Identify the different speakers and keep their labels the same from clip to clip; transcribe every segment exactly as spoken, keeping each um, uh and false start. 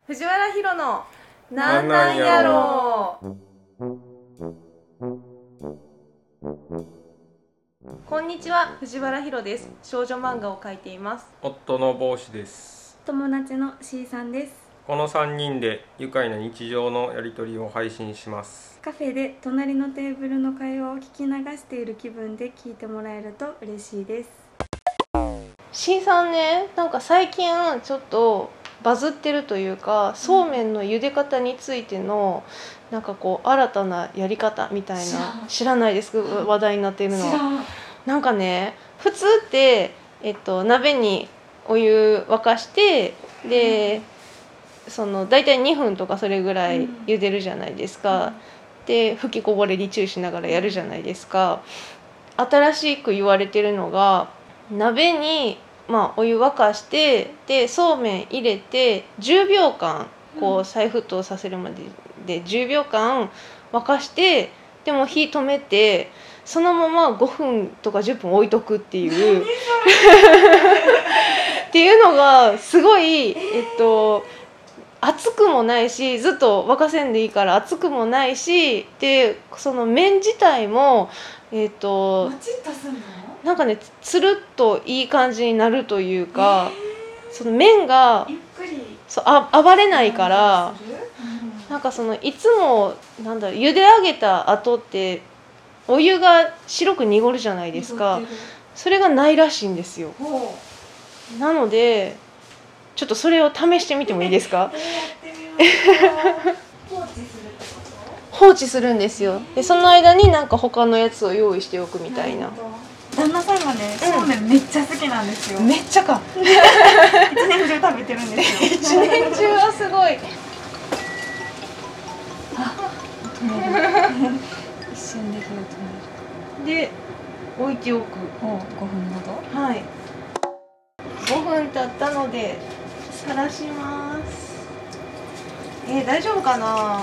Speaker 1: 藤原ヒロのなんなんやろう。こんにちは、藤原ヒロです。少女漫画を描いています。
Speaker 2: 夫の帽子です。
Speaker 3: 友達の C さんです。
Speaker 2: このさんにんで愉快な日常のやり取りを配信します。
Speaker 3: カフェで隣のテーブルの会話を聞き流している気分で聞いてもらえると嬉しいです。
Speaker 1: C さんね、なんか最近ちょっとバズってるというか、そうめんの茹で方についてのなんかこう新たなやり方みたいな、知らないですか、話題になっているのは。なんかね、普通って、えっと、鍋にお湯沸かして、でその大体にふんとかそれぐらい茹でるじゃないですか、うん、で吹きこぼれに注意しながらやるじゃないですか。新しく言われてるのが、鍋に、まあ、お湯沸かして、でそうめん入れてじゅうびょうかんこう再沸騰させるまででじゅうびょうかん沸かして、でも火止めてそのままごふんとかじゅっぷん置いとくっていうっていうのがすごい、えっと熱くもないし、ずっと沸かせんでいいから熱くもないし、でその麺自体もえっと
Speaker 3: もちっとするの？
Speaker 1: なんかね、つるっといい感じになるというか、えー、その麺が
Speaker 3: ゆっくり
Speaker 1: そうあ暴れないから、うん、なんかそのいつもなんだろう、茹で上げた後ってお湯が白く濁るじゃないですか。それがないらしいんですよ。なのでちょっとそれを試してみてもいいですか？
Speaker 3: 放置するってこと？
Speaker 1: 放置するんですよ。でその間になんか他のやつを用意しておくみたいな。
Speaker 3: 旦那さんがね、そうめんめっちゃ好きなんですよ。
Speaker 1: めっちゃか。
Speaker 3: 一年中食べてるんですよ。
Speaker 1: 一年中はすごい。
Speaker 3: 一瞬で火を止める。
Speaker 1: で置いておく。
Speaker 3: おごふんほど。
Speaker 1: はい。ごふん経ったのでさらします。えー、大丈夫かな。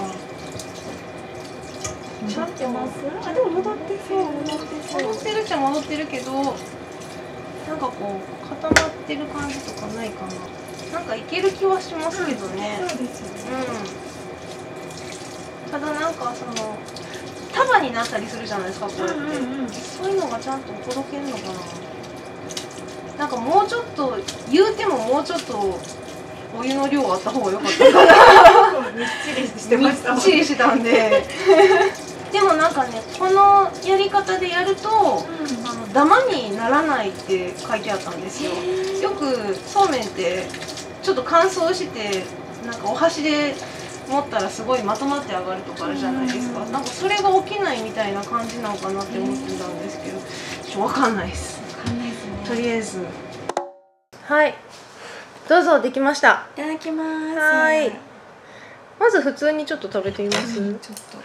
Speaker 3: ちゃんとます。あ、でも戻ってそう、戻ってそう。
Speaker 1: 戻ってるっちゃ戻ってるけど、なんかこう固まってる感じとかないかな。なんかいける気はしますけどね。
Speaker 3: そうですよね。
Speaker 1: うん。ただなんかその束になったりするじゃないですか、こうやって。うんうんうん、そういうのがちゃんと届けるのかな。なんかもうちょっと言うてももうちょっとお湯の量あった方が良かったかな。
Speaker 3: みっちりしてましたもんね。
Speaker 1: みっちりしてたんで。でもなんかね、このやり方でやると、うん、あのダマにならないって書いてあったんですよ。よくそうめんってちょっと乾燥してなんかお箸で持ったらすごいまとまって上がるとかあるじゃないですか。なんかそれが起きないみたいな感じなのかなって思ってたんですけど、ちょっとわかんないです。
Speaker 3: わかんないですね。
Speaker 1: とりあえず、はい、どうぞ。できました。
Speaker 3: いただきます。
Speaker 1: はい。まず普通にちょっと食べてみます。
Speaker 3: うん、ちょっと。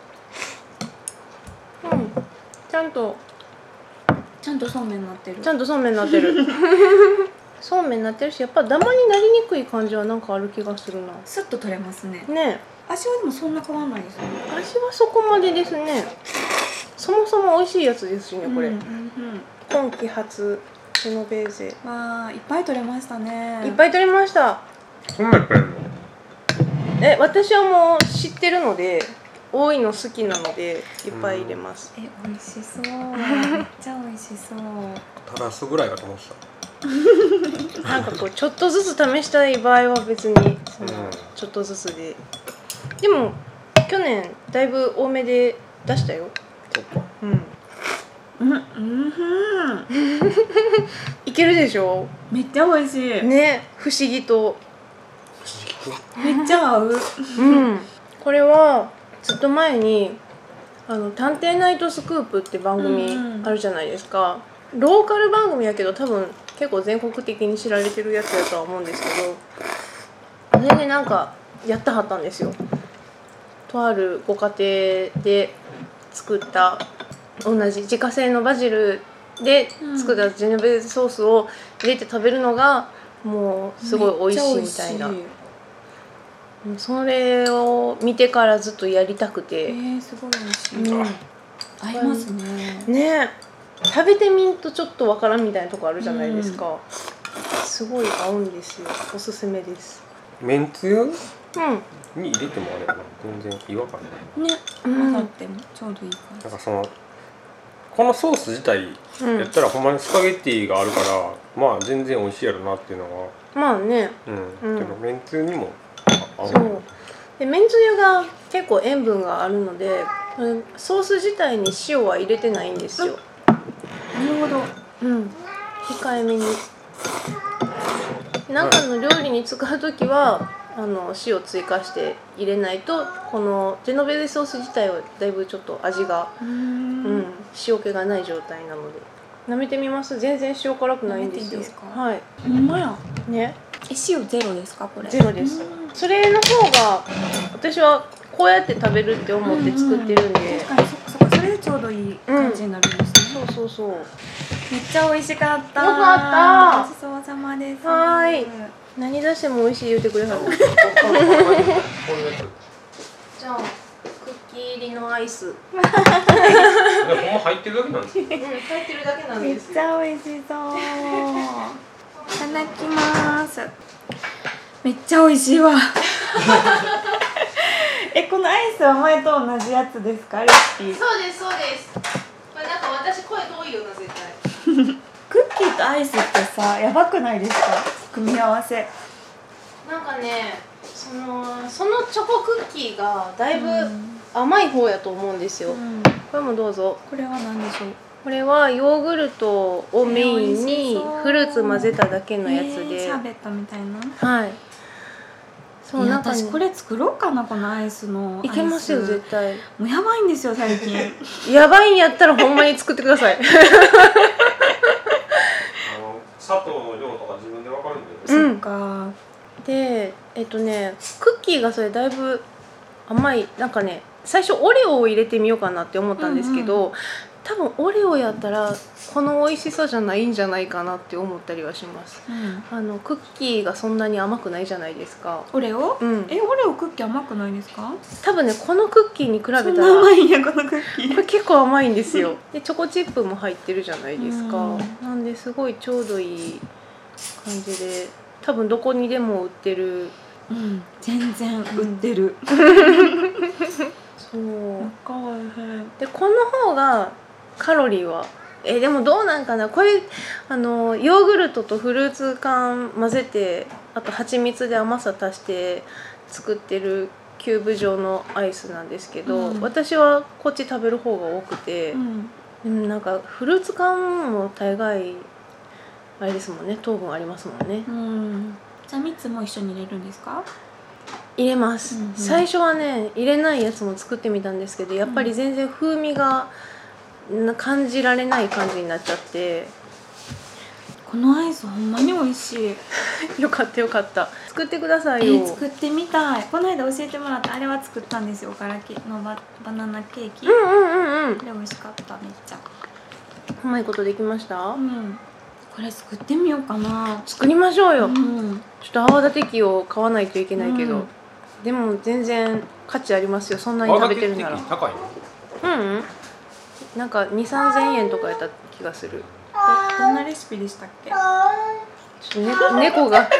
Speaker 1: うん、ちゃんと
Speaker 3: ちゃんとそうめんになってる。
Speaker 1: ちゃんとそうめんになってる。そうめんになってるし、やっぱダマになりにくい感じはなんかある気がするな。
Speaker 3: スッと取れますね。
Speaker 1: ね。
Speaker 3: 味はでもそんな変わんないですね。
Speaker 1: 味はそこまでですね。そもそも美味しいやつですしね、これ。うんうんうん、今季初ジェノベーゼ。
Speaker 3: わあ、いっぱい取れましたね。
Speaker 1: いっぱい取れました。
Speaker 2: そんないっぱいあるの？
Speaker 1: え、私はもう知ってるので。多いの好きなのでいっぱい入れます。
Speaker 3: え、美味しそう。めっちゃ美味しそう。
Speaker 2: ただすぐらいかと思って
Speaker 1: た。なんかこうちょっとずつ試したい場合は別にそのちょっとずつで。でも去年だいぶ多めで出したよ。
Speaker 2: そっか。
Speaker 1: うん。うんうん。いけるでしょ。
Speaker 3: めっちゃ美味しい。
Speaker 1: ね、不思議と。
Speaker 3: めっちゃ合う。
Speaker 1: うん。これはずっと前にあの探偵ナイトスクープって番組あるじゃないですか、うんうん、ローカル番組やけど多分結構全国的に知られてるやつやとは思うんですけど、それでなんかやってはったんですよ。とあるご家庭で作った同じ自家製のバジルで作ったジェノベーゼソースを入れて食べるのがもうすごい美味しいみたいな。それを見てからずっとやりたくて。
Speaker 3: えー、すごい美味しい。うん、合いますね。
Speaker 1: ね、食べてみんとちょっとわからんみたいなとこあるじゃないですか。うん、すごい合うんですよ。おすすめです。
Speaker 2: めんつゆ
Speaker 1: うん
Speaker 2: に入れてもあれやな、全然違和感ない。
Speaker 3: ね、混ざってもちょうどいい感じ。
Speaker 2: なんかそのこのソース自体やったらほんまにスパゲッティがあるから、まあ全然美味しいやろなっていうのは、
Speaker 1: まあね、
Speaker 2: うん、
Speaker 1: うん
Speaker 2: けどめんつゆにも合う。
Speaker 1: そうでめんつゆが結構塩分があるので、うんソース自体に塩は入れてないんですよ。
Speaker 3: なるほど。
Speaker 1: うん控えめに。なんかの料理に使うときはあの塩追加して入れないと、このジェノベーゼソース自体はだいぶちょっと味が、
Speaker 3: うー
Speaker 1: うんん、塩気がない状態なので。舐めてみます。全然塩辛くないんですよ。
Speaker 3: 舐めていいですか
Speaker 1: はい。
Speaker 3: ほんまや。
Speaker 1: ね。
Speaker 3: え、塩ゼロですかこれ？
Speaker 1: ゼロです。それの方が私はこうやって食べるって思って作ってるんで。
Speaker 3: 確かにそっかそっか、それでちょうどいい感じになるんですね。
Speaker 1: そうそうそう。
Speaker 3: めっちゃ美味しかった。
Speaker 1: よかった
Speaker 3: ごちそうさまです。
Speaker 1: はーい何出しても美味しい言うてくれはる。
Speaker 2: こういうやつ。
Speaker 1: じゃあクッキー入りのアイス。うん
Speaker 2: でほんま入ってるだけなんですよ。
Speaker 1: 入ってるだけなん
Speaker 3: めっ
Speaker 1: ですよ。
Speaker 3: ちゃ美味しそう。いただきます。めっちゃ美味しいわ。え、このアイスは前と同じやつですか？レシピ。
Speaker 1: そうですそうです。これなんか私声遠いよな絶対。
Speaker 3: クッキーとアイスってさ、やばくないですか？組み合わせ。
Speaker 1: なんかね、そのそのチョコクッキーがだいぶ
Speaker 3: うん
Speaker 1: 甘い方やと思うんですよ。
Speaker 3: うん
Speaker 1: これもどうぞ。
Speaker 3: これは何でしょう？
Speaker 1: これはヨーグルトをメイン
Speaker 3: えー美味
Speaker 1: に
Speaker 3: しそう
Speaker 1: フルーツ混ぜただけのやつ
Speaker 3: えー
Speaker 1: で、
Speaker 3: シャーベットみたいな。
Speaker 1: はい。そう
Speaker 3: いや
Speaker 1: なんかね
Speaker 3: 私これ作ろうかな、このアイスのアイス。
Speaker 1: いけますよ絶対。
Speaker 3: もうやばいんですよ最近。
Speaker 1: やばいんやったらほんまに作ってください。
Speaker 2: あの砂糖の量とか自分で分かるんで、
Speaker 1: うん
Speaker 3: そっか。
Speaker 1: でえっとねクッキーがそれだいぶ甘い。なんかね最初オレオを入れてみようかなって思ったんですけど、
Speaker 3: うん
Speaker 1: 多分オレオやったらこの美味しさじゃないんじゃないかなって思ったりはします。
Speaker 3: うん。
Speaker 1: あのクッキーがそんなに甘くないじゃないですか。
Speaker 3: オレオ？
Speaker 1: うん
Speaker 3: え、オレオクッキー甘くないですか？
Speaker 1: 多分ねこのクッキーに比べたら
Speaker 3: そんな甘いんやこのクッキー。
Speaker 1: これ結構甘いんですよ。でチョコチップも入ってるじゃないですか。
Speaker 3: うん
Speaker 1: なんですごいちょうどいい感じで、多分どこにでも売ってる。
Speaker 3: うん、全然売ってる。
Speaker 1: そう
Speaker 3: かわいい。
Speaker 1: でこの方がカロリーはえでもどうなんかな。これあのヨーグルトとフルーツ缶混ぜて、あと蜂蜜で甘さ足して作ってるキューブ状のアイスなんですけど、
Speaker 3: うん
Speaker 1: 私はこっち食べる方が多くて、
Speaker 3: うん。
Speaker 1: でもなんかフルーツ缶も大概あれですもんね、糖分ありますもんね。
Speaker 3: うん。じゃあみっつも一緒に入れるんですか？
Speaker 1: 入れます、
Speaker 3: うんうん
Speaker 1: 最初はね入れないやつも作ってみたんですけど、やっぱり全然風味がな感じられない感じになっちゃって。
Speaker 3: このアイスほんまに美味しい。
Speaker 1: よかったよかった。作ってくださ
Speaker 3: え
Speaker 1: いよ。
Speaker 3: ー、作ってみたい。この間教えてもらったあれは作ったんですよ。ガラケのババナナケーキ。
Speaker 1: うんうんうんうん。
Speaker 3: これ美味しかっためっちゃ。
Speaker 1: うまいことできました。
Speaker 3: うん。これ作ってみようかな。
Speaker 1: 作りましょうよ。
Speaker 3: うん。
Speaker 1: ちょっと泡立て器を買わないといけないけど、
Speaker 3: うん
Speaker 1: でも全然価値ありますよ。そんなに食べてるなら。
Speaker 2: 泡立て器高いの？
Speaker 1: うんうん。なんかに、さんぜんえんとかやった気がする。
Speaker 3: え、どんなレシピでしたっけ？
Speaker 1: ちょっと猫猫が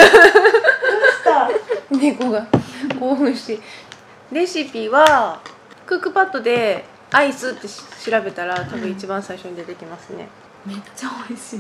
Speaker 1: 猫が興奮して。レシピはクックパッドでアイスって調べたら多分一番最初に出てきますね。
Speaker 3: めっちゃ美味しい。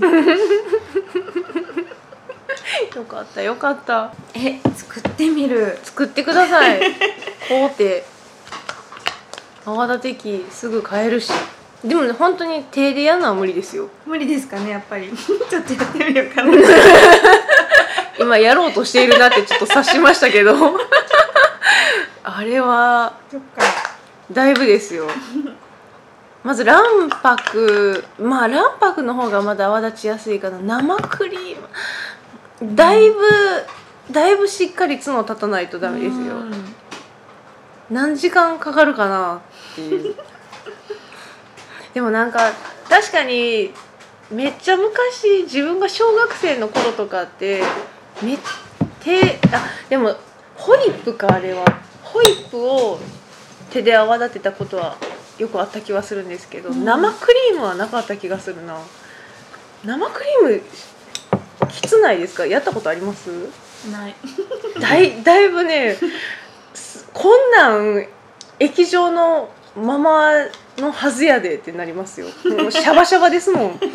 Speaker 1: よかったよかった。
Speaker 3: え、作ってみる。
Speaker 1: 作ってください。工程。泡立て器すぐ買えるし。でもね本当に手でやるのは無理ですよ。
Speaker 3: 無理ですかねやっぱり。ちょっとやってみようかな。
Speaker 1: 今やろうとしているなってちょっと察しましたけどあれは
Speaker 3: そっか。
Speaker 1: だいぶですよ。まず卵白、まあ卵白の方がまだ泡立ちやすいかな。生クリームだいぶ、うん、だいぶしっかり角立たないとダメですよ。何時間かかるかなっていうでもなんか確かにめっちゃ昔自分が小学生の頃とかってめ手あでもホイップかあれはホイップを手で泡立てたことはよくあった気はするんですけど、うん、生クリームはなかった気がするな。生クリームきつないですか？やったことあります？
Speaker 3: ない
Speaker 1: だいだいぶねこんなん液状のままのはずやでってなりますよ。もうシャバシャバですもん。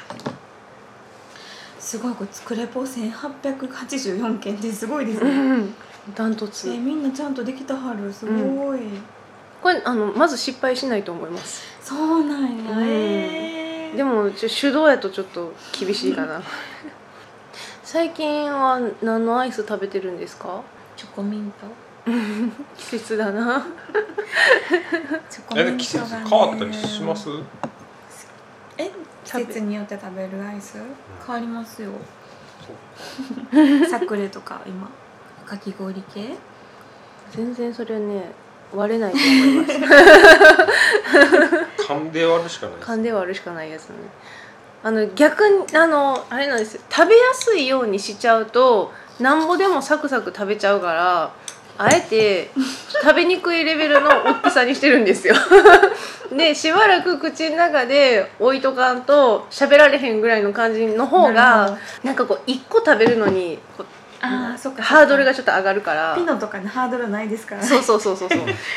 Speaker 3: すごい、これ作れポせんはっぴゃくはちじゅうよんけんってすごいですね。
Speaker 1: うんダントツ。
Speaker 3: えみんなちゃんとできたはる、すごい、うん、
Speaker 1: これあのまず失敗しないと思います。
Speaker 3: そうなんや、
Speaker 1: うん
Speaker 3: えー、
Speaker 1: でもちょ手動やとちょっと厳しいかな。最近は何のアイス食べてるんですか？
Speaker 3: チョコミント
Speaker 1: 季節だな。
Speaker 3: チョコミントが、ね、
Speaker 2: 季節変わったりします？
Speaker 3: え季節によって食べるアイス変わりますよ。サクレとか今かき氷系
Speaker 1: 全然それね割れないと思います。
Speaker 2: 噛んで割るしかないです。
Speaker 1: 噛んで割るしかないやつね。あの逆にあのあれなんですよ、食べやすいようにしちゃうとなんぼでもサクサク食べちゃうから、あえて食べにくいレベルの大きさにしてるんですよ。でしばらく口の中で置いとかんと喋られへんぐらいの感じの方がなんかこういっこ食べるのにこう
Speaker 3: あーそっか
Speaker 1: ハードルがちょっと上がるから。
Speaker 3: ピノとかねハードルないですからね。
Speaker 1: そうそうそうそうそう。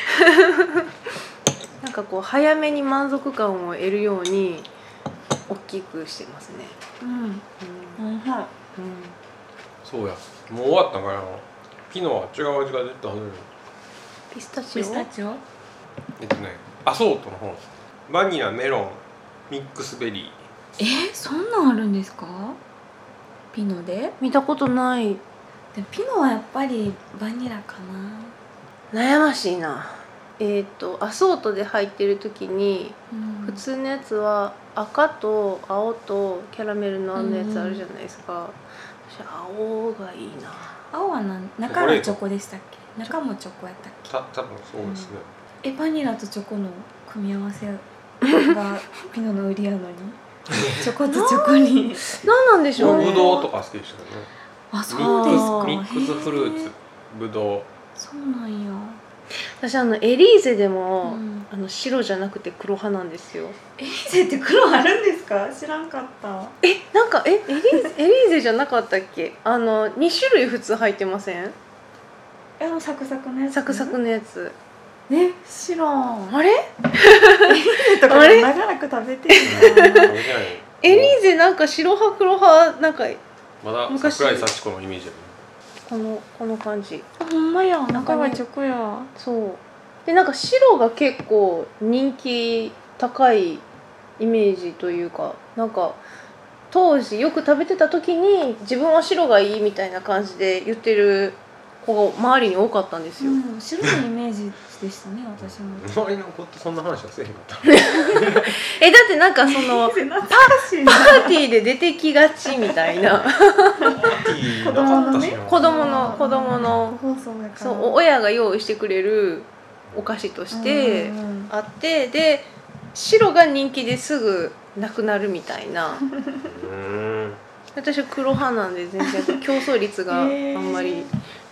Speaker 1: なんかこう早めに満足感を得るように大きくしてますね。
Speaker 3: うん
Speaker 1: うん
Speaker 3: うん
Speaker 1: うん
Speaker 2: そうや、もう終わったんかな。ピノは違う味が出たはず。
Speaker 1: ピスタチオ。
Speaker 3: ピスタチオ
Speaker 2: えっとね、アソートの方、バニラ、メロン、ミックスベリー。
Speaker 3: えそんなんあるんですか？ピノで？
Speaker 1: 見たことない。
Speaker 3: でピノはやっぱりバニラかな。
Speaker 1: 悩ましいな。えっとアソートで入ってる時に、
Speaker 3: うん、
Speaker 1: 普通のやつは赤と青とキャラメルのあんなやつあるじゃないですか。私青がいいな。
Speaker 3: 青はなん中がチョコでしたっけ？中もチョコやったっけ？
Speaker 2: た多分そうですね。
Speaker 3: えバニラとチョコの組み合わせがピノの売りやのにチョコとチョコに
Speaker 1: 何なんでしょうね。
Speaker 2: ぶどうとか好きでしたよね。
Speaker 3: あそうですか。
Speaker 2: ミックスフルーツ、ぶどう。
Speaker 3: そうなんや。
Speaker 1: 私あのエリーゼでも、
Speaker 3: うん、
Speaker 1: あの白じゃなくて黒派なんですよ。
Speaker 3: エリーゼって黒あるんですか？知らんかった。
Speaker 1: えなんかえエリーゼエリーゼじゃなかったっけ？あのに種類普通入ってません？
Speaker 3: えもうサクサクのやつ。
Speaker 1: サクサクのやつ。
Speaker 3: え知らん。
Speaker 1: あれ？
Speaker 3: エリーゼとか長らく食べてるな。
Speaker 1: エリーゼなんか白派黒派なんか
Speaker 2: まだ桜井幸子のイメージやね。
Speaker 1: このこの感じ。
Speaker 3: あほんまや、中がチョコや。
Speaker 1: そうでなんか白が結構人気高いイメージというか、なんか当時よく食べてた時に自分は白がいいみたいな感じで言ってる子が周りに多かったんですよ。
Speaker 3: うん、白いイメージでしたね私も。
Speaker 2: 周りの子ってそんな話はせえへんかった。
Speaker 1: えだってなんかその
Speaker 3: 懐かしいな。
Speaker 1: パーティーで出てきがちみたいな。
Speaker 3: 子供のね
Speaker 1: 子供の子供の
Speaker 3: 放送やから。
Speaker 1: そう親が用意してくれるお菓子としてあって、で白が人気ですぐなくなるみたいな。
Speaker 2: うん
Speaker 1: 私は黒派なんで全然競争率があんまり、
Speaker 3: えー、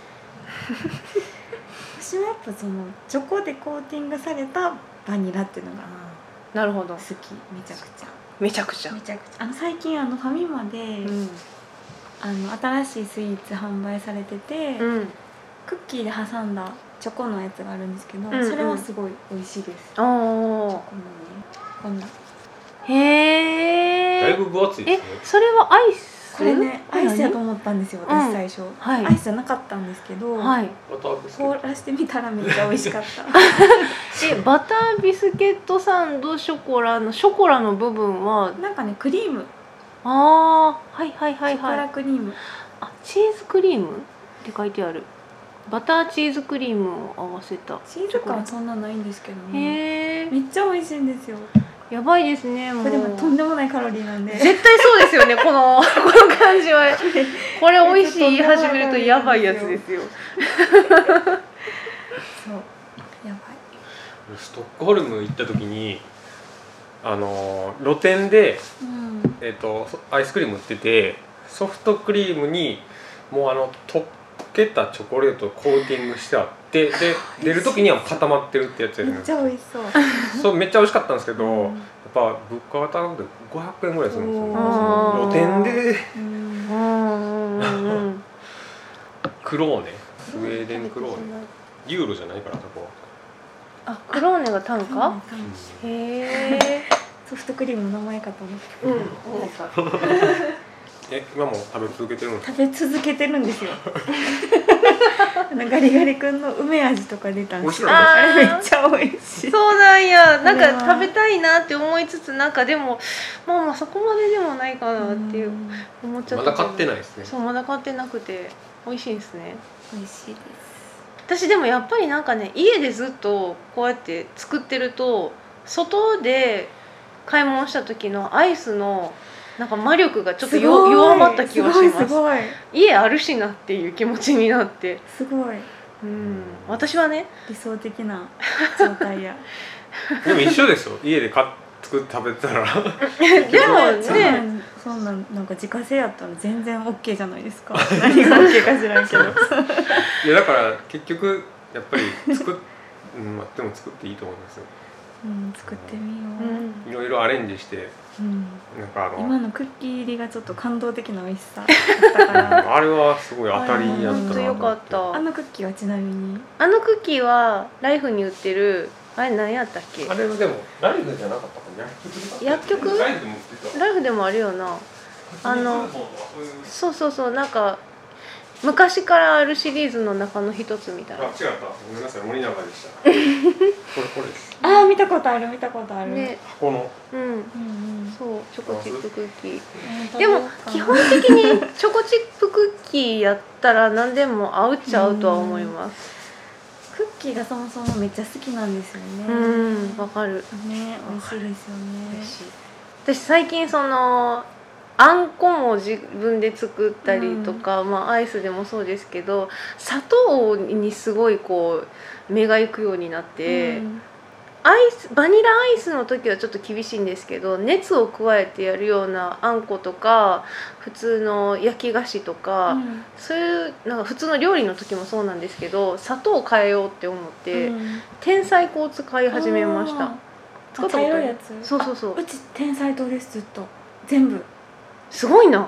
Speaker 3: 私はやっぱそのチョコでコーティングされたバニラっていうのが
Speaker 1: なるほど
Speaker 3: 好き。めちゃくちゃ
Speaker 1: めちゃくちゃ、
Speaker 3: めちゃくちゃあの最近あのファミマで、
Speaker 1: うん
Speaker 3: あの新しいスイーツ販売されてて、
Speaker 1: うん、
Speaker 3: クッキーで挟んだチョコのやつがあるんですけど、
Speaker 1: うんうん、
Speaker 3: それはすごい美味しいです。
Speaker 1: ああ
Speaker 3: チョコのねこんな
Speaker 1: へえ。
Speaker 2: だいぶ分厚いですね。
Speaker 1: えそれはアイス？
Speaker 3: これねアイスやと思ったんですよ私最初、
Speaker 1: はい、
Speaker 3: アイスじゃなかったんですけど、
Speaker 1: はい、
Speaker 3: 凍らしてみたらめっちゃ美味しかった。
Speaker 1: えバタービスケットサンドショコラのショコラの部分は
Speaker 3: なんかねクリーム、
Speaker 1: ああはいはいはい
Speaker 3: ショコ
Speaker 1: はい
Speaker 3: ラクリーム、
Speaker 1: あチーズクリームって書いてある。バターチーズクリームを合わせた
Speaker 3: チーズ感はそんなないんですけどね。
Speaker 1: へえ
Speaker 3: めっちゃ美味しいんですよ。
Speaker 1: やばいですね。もう
Speaker 3: これでもとんでもないカロリーなんで
Speaker 1: 絶対そうですよね。このこの感じはこれ美味しい言い始めるとやばいやつですよ。
Speaker 3: そうやばい。
Speaker 2: ストックホルム行った時にあの露店で、
Speaker 3: うん
Speaker 2: えーと、アイスクリーム売ってて、ソフトクリームにもうあの溶けたチョコレートをコーティングしてあって、で出る時には固まってるってやつやねん。
Speaker 3: めっちゃ美味しそう。
Speaker 2: そうめっちゃ美味しかったんですけど、
Speaker 3: うん
Speaker 2: やっぱ物価が高くてごひゃくえんぐらいするんですよね。
Speaker 1: あー
Speaker 2: 露店で
Speaker 3: うん
Speaker 1: うんうんうん
Speaker 2: クローネ、スウェーデンクローネ、ユーロじゃないからそこは。
Speaker 1: あ、クローネが単価？
Speaker 3: うん
Speaker 1: へえ。
Speaker 3: ソフトクリームの名前かと思って。
Speaker 1: うん、思った。
Speaker 2: え、今も食べ続けてるんですか？
Speaker 3: 食べ続けてるんですよ。あのガリガリ君の梅味とか出たんですよ。
Speaker 2: 面白い
Speaker 3: あれめっちゃ美味しい。
Speaker 1: そうなんや。なん
Speaker 3: これは
Speaker 1: か食べたいなって思いつつ、なんかでもまあまあそこまででもないかなっていう思っちゃったけど。
Speaker 2: まだ買ってないですね。
Speaker 1: そう、まだ買ってなくて美味しいですね。
Speaker 3: 美味しいです。
Speaker 1: 私でもやっぱりなんかね、家でずっとこうやって作ってると、外で買い物した時のアイスのなんか魔力がちょっとよ弱まった気がします。
Speaker 3: すごい。
Speaker 1: 家あるしなっていう気持ちになって。
Speaker 3: すごい。
Speaker 1: うん、私はね、
Speaker 3: 理想的な状態や。
Speaker 2: でも一緒ですよ。家で買っ作って食べてたら。
Speaker 1: でも
Speaker 3: そうな
Speaker 1: ね、
Speaker 3: んそんなんなんか自家製やったら全然 OK じゃないですか。何が OK か知らんけど。
Speaker 2: いやだから結局やっぱり作っ、うんまあ、でも作っていいと思いますよ。
Speaker 3: うん、作ってみよ
Speaker 1: う
Speaker 3: う。
Speaker 1: ん、
Speaker 2: いろいろアレンジして
Speaker 3: うん
Speaker 2: なんかあの
Speaker 3: 今のクッキー入りがちょっと感動的な美味しさだったから
Speaker 2: あれはすごい当たりやったなと思って。
Speaker 1: 本当よかった
Speaker 3: あのクッキーはちなみに
Speaker 1: あのクッキーはライフに売ってるあれ何やったっけ？
Speaker 2: あれはでもライフじゃなかったかな。
Speaker 1: 薬局
Speaker 2: ライフでも売ってた。
Speaker 1: ライフでもあるよな。あの
Speaker 2: そういう
Speaker 1: そうそうそう、なんか昔からあるシリーズの中の一つみたいな。
Speaker 2: あ違ったごめんなさい森永でした。これこれです
Speaker 3: ああ見たことある見たことある。
Speaker 1: ね、
Speaker 2: 箱の。
Speaker 1: うん、
Speaker 3: うんうん。
Speaker 1: そうチョコチップクッキー。
Speaker 3: うん
Speaker 1: でも基本的にチョコチップクッキーやったら何でも合うっちゃ合うとは思います。
Speaker 3: クッキーがそもそもめっちゃ好きなんですよね。
Speaker 1: うん、わかる。
Speaker 3: ね、美味しいですよね。
Speaker 1: 私最近そのあんこも自分で作ったりとか、まあアイスでもそうですけど、砂糖にすごいこう目が行くようになって、
Speaker 3: うん
Speaker 1: アイスバニラアイスの時はちょっと厳しいんですけど、熱を加えてやるようなあんことか普通の焼き菓子とか、
Speaker 3: うん
Speaker 1: そういうなんか普通の料理の時もそうなんですけど、砂糖を変えようって思って、
Speaker 3: うん
Speaker 1: 天才粉を使い始めました。
Speaker 3: あ
Speaker 1: 使ったことある
Speaker 3: 茶色いやつ。
Speaker 1: そうそうそう
Speaker 3: あうち天才糖ですずっと全部。
Speaker 1: すごいな。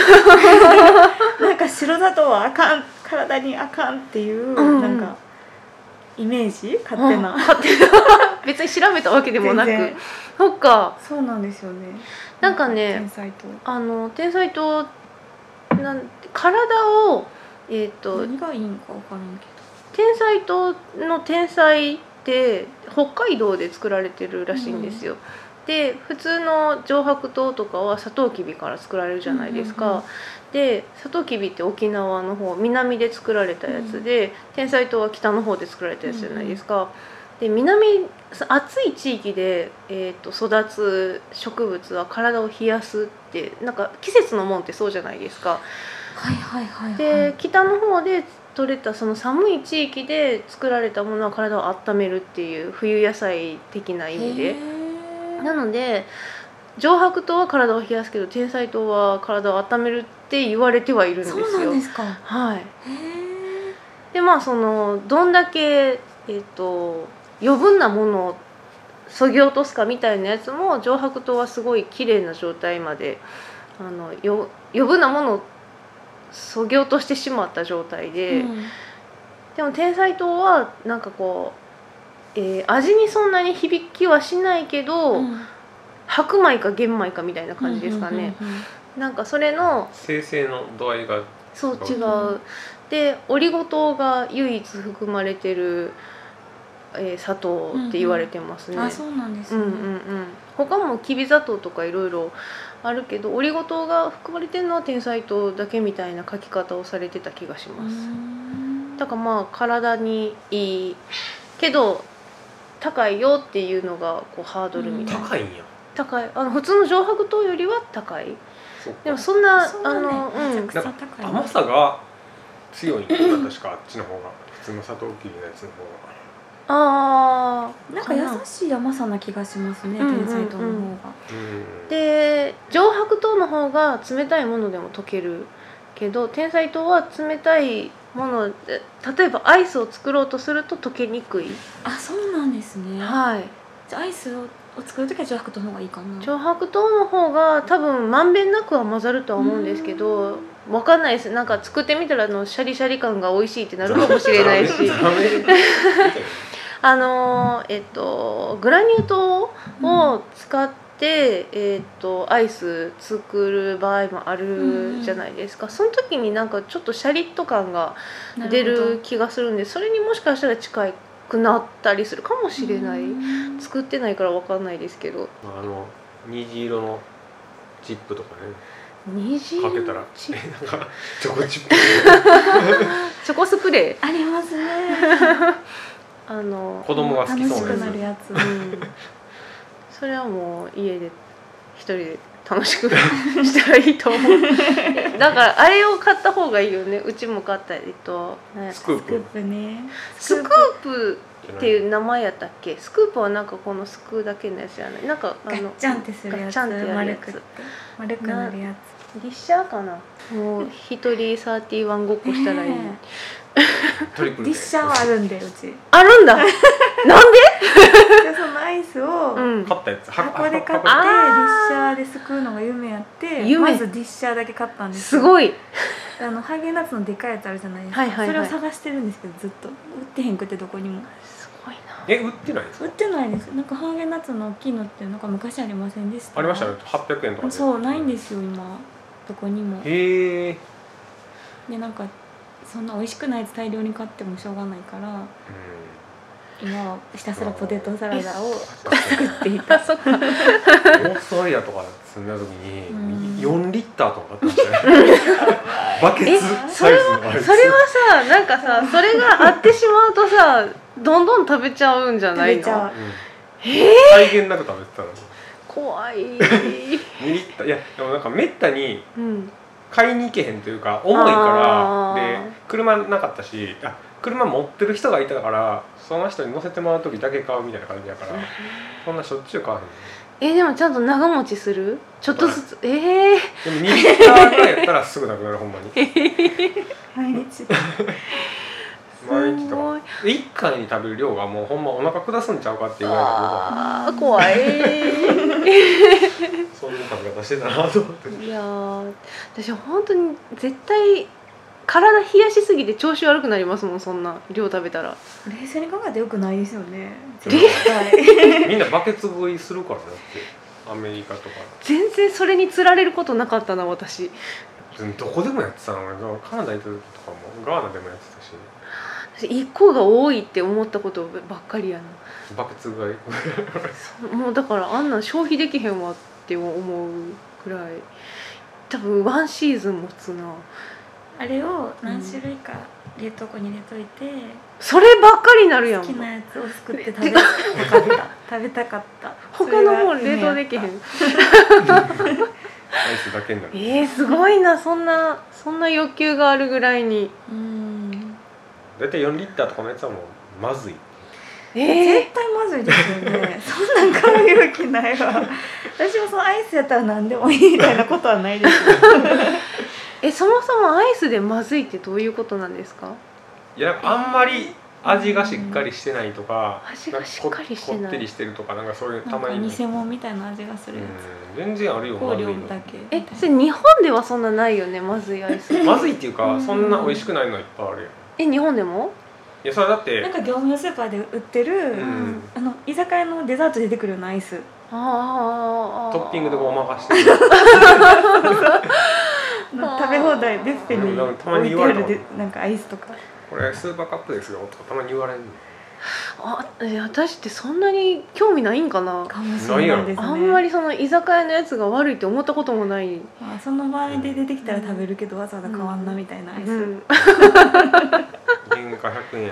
Speaker 3: なんか白砂糖はあかん体にあかんっていう、
Speaker 1: うん
Speaker 3: なんかイメージ勝手な。
Speaker 1: うん勝手な別に調べたわけでもなく
Speaker 3: 全然。
Speaker 1: そっか。
Speaker 3: そうなんですよね。
Speaker 1: なんかね
Speaker 3: 天才糖。
Speaker 1: あの天才糖なん体をえっ、と
Speaker 3: 何がいいんかわからんけ
Speaker 1: 天才糖の天才って北海道で作られてるらしいんですよ。で普通の上白糖とかはサトウキビから作られるじゃないですか。
Speaker 3: うんうんうん
Speaker 1: でサトウキビって沖縄の方南で作られたやつで、天才糖は北の方で作られたやつじゃないですか。で南暑い地域で、えー、と育つ植物は体を冷やすってなんか季節のもんってそうじゃないですか。
Speaker 3: はいはいはいはい。
Speaker 1: で北の方で取れたその寒い地域で作られたものは体を温めるっていう冬野菜的な意味で。
Speaker 3: へー
Speaker 1: なので上白糖は体を冷やすけど天才糖は体を温めるって言われてはいるんですよ。
Speaker 3: そうなんですか。
Speaker 1: はい。
Speaker 3: へー
Speaker 1: でまあそのどんだけえっ、と余分なものをそぎ落とすかみたいなやつも上白糖はすごい綺麗な状態まであのよ余分なものをそぎ落としてしまった状態で、
Speaker 3: うん
Speaker 1: でも天才糖はなんかこう、えー味にそんなに響きはしないけど、
Speaker 3: うん
Speaker 1: 白米か玄米かみたいな感じですかね。
Speaker 3: うんうんうん
Speaker 1: なんかそれの
Speaker 2: 生成の度合いが
Speaker 1: そう違う、
Speaker 3: うん
Speaker 1: でオリゴ糖が唯一含まれてる、えー砂糖って言われてますね。
Speaker 3: うんあ、そうなんですね。
Speaker 1: うんうんうん、他もきび砂糖とかいろいろあるけどオリゴ糖が含まれてるのは天才糖だけみたいな書き方をされてた気がし
Speaker 3: う
Speaker 1: ます。
Speaker 3: ん
Speaker 1: だからまあ体にいいけど高いよっていうのがこうハードルみたいな、
Speaker 2: 高いんや。
Speaker 1: 高いあの普通の上白糖よりは高い。
Speaker 2: そうか
Speaker 1: でもそんな
Speaker 3: そうだね
Speaker 1: あのうん
Speaker 3: めちゃくちゃ高いね。
Speaker 2: 甘さが強いんだ確かあっちの方が普通のサトウキビのやつの方が。
Speaker 1: ああ
Speaker 3: なんか優しい甘さな気がしますね、
Speaker 1: うんうんうん
Speaker 3: 天才糖の方が。
Speaker 2: うん
Speaker 1: で上白糖の方が冷たいものでも溶けるけど天才糖は冷たいもので例えばアイスを作ろうとすると溶けにくい。
Speaker 3: あ、そうなんですね。
Speaker 1: はい。
Speaker 3: じゃあアイスをを作るときは上白糖の方がいいかな。
Speaker 1: 上白糖の方が多分まんべんなくは混ざるとは思うんですけど、わかんないです。なんか作ってみたらあのシャリシャリ感が美味しいってなるかもしれないしあのえっとグラニュー糖を使って、えっとアイス作る場合もあるじゃないですか。その時になんかちょっとシャリッと感が出る気がするんで、それにもしかしたら近くなったりするかもしれない。作ってないからわかんないですけど、
Speaker 2: あの虹色のチップとかね
Speaker 1: 虹
Speaker 2: かけたら
Speaker 1: チ
Speaker 2: なんかチョコチップ
Speaker 1: チョコスプレー
Speaker 3: ありますね
Speaker 1: あの
Speaker 2: 子供が好きそうな
Speaker 3: 楽しくなる
Speaker 2: や
Speaker 3: やつ、
Speaker 1: うん、それはもう家で一人で楽しくしたらいいと思うだからあれを買った方がいいよね。うちも買ったりと、ね、
Speaker 2: つスクー
Speaker 3: スクー
Speaker 2: プ
Speaker 3: プね。
Speaker 1: スクープっていう名前やったっけ。スクープはなんかこのすくうだけのやつじゃない。なんかあの
Speaker 3: ガッチャンってするやつ、
Speaker 1: ガッチャンってやるや
Speaker 3: 丸く
Speaker 1: つ。
Speaker 3: 丸くなるや
Speaker 1: ディッシャーかな。もう一人サーティワンごっこしたらいい、
Speaker 3: ね
Speaker 2: トリプルで
Speaker 3: つディッシャーはあるんでうち
Speaker 1: あるんだなんで
Speaker 3: でそのアイスを
Speaker 1: うん
Speaker 2: 買ったやつ
Speaker 3: 箱で買ってディッ
Speaker 2: 箱
Speaker 3: シ
Speaker 1: あー
Speaker 3: ャーですくうのが夢やって
Speaker 1: 夢
Speaker 3: まずディッシャーだけ買ったんですよ。
Speaker 1: すごい。
Speaker 3: あのハーゲンダッツのでかいやつあるじゃないですか、
Speaker 1: はいはいはい
Speaker 3: それを探してるんですけどずっと売ってへんくてどこにも
Speaker 1: すごいな。
Speaker 2: え売ってないんですか。
Speaker 3: 売ってないです。なんかハーゲンダッツの大きいのってなんか昔ありませんでした？
Speaker 2: ありましたよはっぴゃくえんとかで。
Speaker 3: そうないんですよ今どこにも。
Speaker 2: へえ
Speaker 3: でなんかそんな美味しくないやつ大量に買ってもしょうがないから今はひたすらポテトサラダを作っていた。
Speaker 1: あそっか
Speaker 2: オーストラリアとか住んだ時によんリッターとか買ってましたねバケ
Speaker 1: え
Speaker 2: ツ
Speaker 1: それ
Speaker 2: サイズのアイス
Speaker 1: はそれはさなんかさそれがあってしまうとさどんどん食べちゃうんじゃないの。
Speaker 3: 食べちゃう。
Speaker 2: うん
Speaker 1: え
Speaker 2: 際限なく食べてたのに
Speaker 1: 怖い
Speaker 2: にリッターいやでもなんかめったに
Speaker 1: うん
Speaker 2: 買いに行けへんというか重い
Speaker 1: あー
Speaker 2: からで車なかったしあ車持ってる人がいたからその人に乗せてもらう時だけ買うみたいな感じだからそんなしょっちゅう買わへん。
Speaker 1: えでもちゃんと長持ちするちょっとずつええ
Speaker 2: でもにリッターぐらいやったらすぐなくなるほんまに
Speaker 3: 毎日
Speaker 2: 毎日とか
Speaker 1: すごい
Speaker 2: いっかいに食べる量がもうほんまお腹下すんちゃうかっていうぐらいの
Speaker 1: あー怖い
Speaker 2: そういう食べ方してたなと思って
Speaker 1: いやー私本当に絶対体冷やしすぎて調子悪くなりますもん。そんな量食べたら
Speaker 3: 冷静に考えてよくないですよね。
Speaker 2: 冷
Speaker 3: 絶対
Speaker 2: みんなバケツ食いするからだってアメリカとか
Speaker 1: 全然それにつられることなかったな私。
Speaker 2: どこでもやってたの俺カナダ行った時とかもガーナでもやってたし
Speaker 1: 私一個が多いって思ったことばっかりやな。
Speaker 2: バケツが
Speaker 1: そうもうだからあんなん消費できへんわって思うくらい多分ワンシーズン持つな。
Speaker 3: あれを何種類か冷凍庫に入れといて、
Speaker 1: そればっかりになるやん
Speaker 3: 好きなやつを作って食べたかった食べたかった
Speaker 1: 他のもん冷凍できへん。
Speaker 2: アイスだけになる
Speaker 1: えー、すごいな。そんなそんな欲求があるぐらいに。
Speaker 3: うん
Speaker 2: 大体よんリッターとかのやつはもうまずい
Speaker 1: えー、
Speaker 3: 絶対まずいですよねそんなん買う勇気ないわ私もそのアイスやったら何でもいいみたいなことはないです
Speaker 1: えそもそもアイスでまずいってどういうことなんですか。
Speaker 2: いやなんかあんまり味がしっかりしてないとか、
Speaker 1: 味がしっかりしてない
Speaker 2: こってりしてるとかなんかそういう
Speaker 3: なんか
Speaker 2: たまに
Speaker 3: 偽物みたいな味がするや
Speaker 2: うん全然あるよ
Speaker 3: つ香料
Speaker 2: まずいの
Speaker 3: だけ
Speaker 1: え
Speaker 3: みたい
Speaker 1: それ日本ではそんなないよねまずいアイス。
Speaker 2: まずいっていうか
Speaker 3: うん
Speaker 2: そんな美味しくないのいっぱいあるやん
Speaker 1: え日本でも。
Speaker 2: いやそれだっ
Speaker 3: な
Speaker 2: て
Speaker 3: なんか業務用スーパーで売ってる、
Speaker 2: ん
Speaker 3: あの居酒屋のデザートで出てくるようなアイス
Speaker 1: ああ
Speaker 2: トッピングでごまかしてる
Speaker 3: の食べ放題ビュッフェに
Speaker 2: うんたまに
Speaker 3: 置いてあ
Speaker 2: 言われたもん
Speaker 3: るでなんかアイスとか
Speaker 2: これスーパーカップですよとかたまに言われんの
Speaker 1: あえ私ってそんなに興味ないんかな。
Speaker 3: かもしれないですね。
Speaker 1: あんまりその居酒屋のやつが悪いって思ったこともない。
Speaker 3: まあその場合で出てきたら食べるけどわざわざ変わんなみたいなアイス、
Speaker 1: うん、
Speaker 2: 原価ひゃくえんや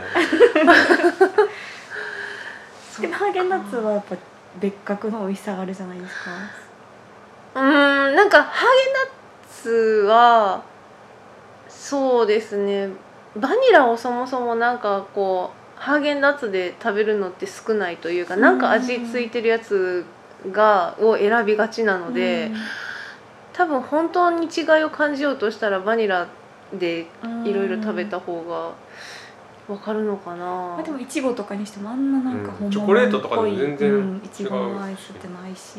Speaker 3: でもハーゲンダッツはやっぱ別格の美味しさがあるじゃないですか。
Speaker 1: うーんなんかハーゲンダッツはそうですねバニラをそもそもなんかこうハーゲンダッツで食べるのって少ないというかなんか味ついてるやつがを選びがちなので、多分本当に違いを感じようとしたらバニラでいろいろ食べた方がわかるのかな。
Speaker 3: まあ、でもいちごとかにしてもあんななんか
Speaker 2: うん、
Speaker 3: 本物っぽい、
Speaker 2: チョコレートとかでも全然違う、
Speaker 3: うん、いちごのアイスってないし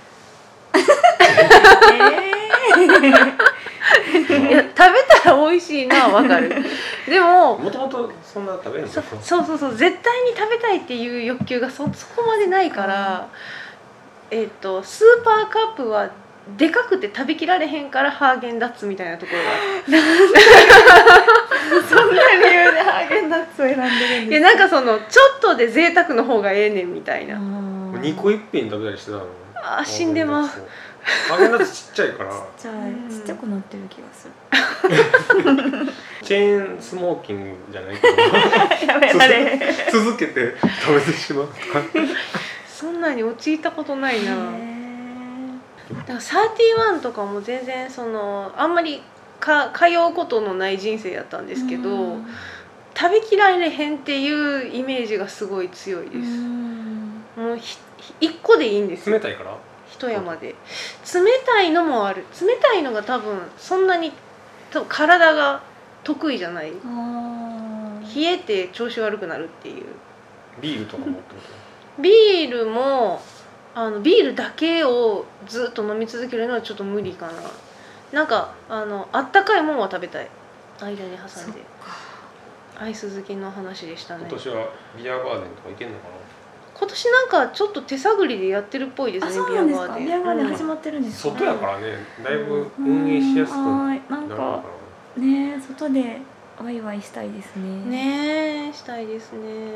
Speaker 1: いや食べたら美味しいのはわかるでも
Speaker 2: もともとそんな食べるの？
Speaker 1: そそうそうそう絶対に食べたいっていう欲求が そ, そこまでないから、えー、とスーパーカップはでかくて食べきられへんからハーゲンダッツみたいなところが
Speaker 3: そんな理由でハーゲンダッツを選んでるんですか？
Speaker 1: いやなんかそのちょっとで贅沢の方がええねんみたいな。
Speaker 2: にこいっぺん食べたりしてたの？
Speaker 1: あ死んでます
Speaker 2: ハーゲンダッツちっちゃいから
Speaker 3: ちっちゃい、ちっちゃくなってる気がする
Speaker 2: チェーンスモーキングじゃないけど
Speaker 3: やめられ
Speaker 2: 続けて食べてしまう
Speaker 1: そんなに陥ったことないな。だからサーティワンとかも全然そのあんまりか通うことのない人生やったんですけど、
Speaker 3: うん、
Speaker 1: 食べきられへんっていうイメージがすごい強いです。
Speaker 3: うん、
Speaker 1: もうひいっこでいいんですよ。
Speaker 2: 冷たいから
Speaker 1: 一山で冷たいのもある。冷たいのが多分そんなにと体が得意じゃない。冷えて調子悪くなるっていう。
Speaker 2: ビールとかもってこと？
Speaker 1: ビールもあのビールだけをずっと飲み続けるのはちょっと無理かな。なんかあのあったかいもんは食べたい。間に挟んで。アイス好きの話でしたね。
Speaker 2: 今年はビアガーデンとか行けんのかな？
Speaker 1: 今年なんかちょっと手探りでやってるっぽいですね。
Speaker 3: あ、そうなんですか。ビアガーデン始まってるんですか。
Speaker 2: 外やからね、だいぶ運営しやすくなるのかな。
Speaker 3: なんかね、外でワイワイしたいですね。
Speaker 1: ねえ、したいですね。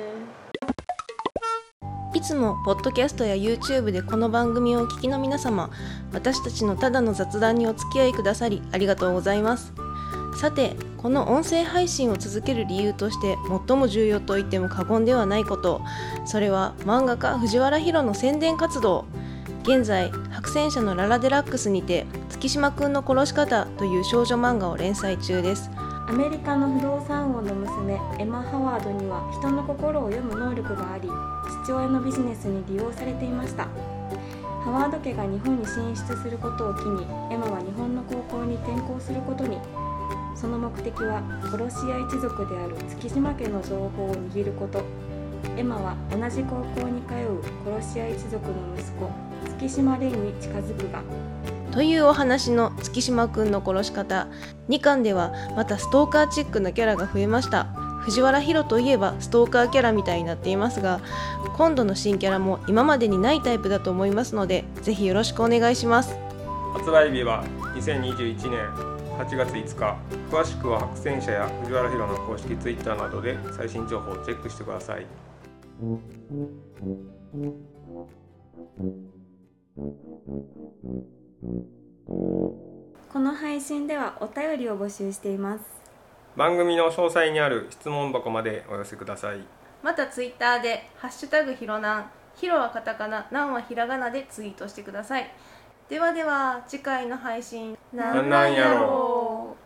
Speaker 1: いつもポッドキャストや YouTube でこの番組をお聞きの皆様、私たちのただの雑談にお付き合いくださりありがとうございます。さて、この音声配信を続ける理由として最も重要と言っても過言ではないこと、それは漫画家藤原ヒロの宣伝活動。現在、白戦車のララデラックスにて月島くんの殺し方という少女漫画を連載中です。
Speaker 3: アメリカの不動産王の娘エマ・ハワードには人の心を読む能力があり、父親のビジネスに利用されていました。ハワード家が日本に進出することを機に、エマは日本の高校に転校することに。その目的は殺し屋一族である月島家の情報を握ること。エマは同じ高校に通う殺し屋一族の息子月島レイに近づくが、
Speaker 1: というお話の月島くんの殺し方。にかんではまたストーカーチックなキャラが増えました。藤原ヒロといえばストーカーキャラみたいになっていますが、今度の新キャラも今までにないタイプだと思いますので、ぜひよろしくお願いします。
Speaker 2: 発売日はにせんにじゅういちねんはちがついつか。詳しくは白戦車や藤原ヒロの公式ツイッターなどで最新情報をチェックしてください。
Speaker 3: この配信ではお便りを募集しています。
Speaker 2: 番組の詳細にある質問箱までお寄せください。
Speaker 1: またツイッターでハッシュタグひろなん、ひろはカタカナ、なんはひらがなでツイートしてください。ではでは次回の配信
Speaker 2: なんなんやろう。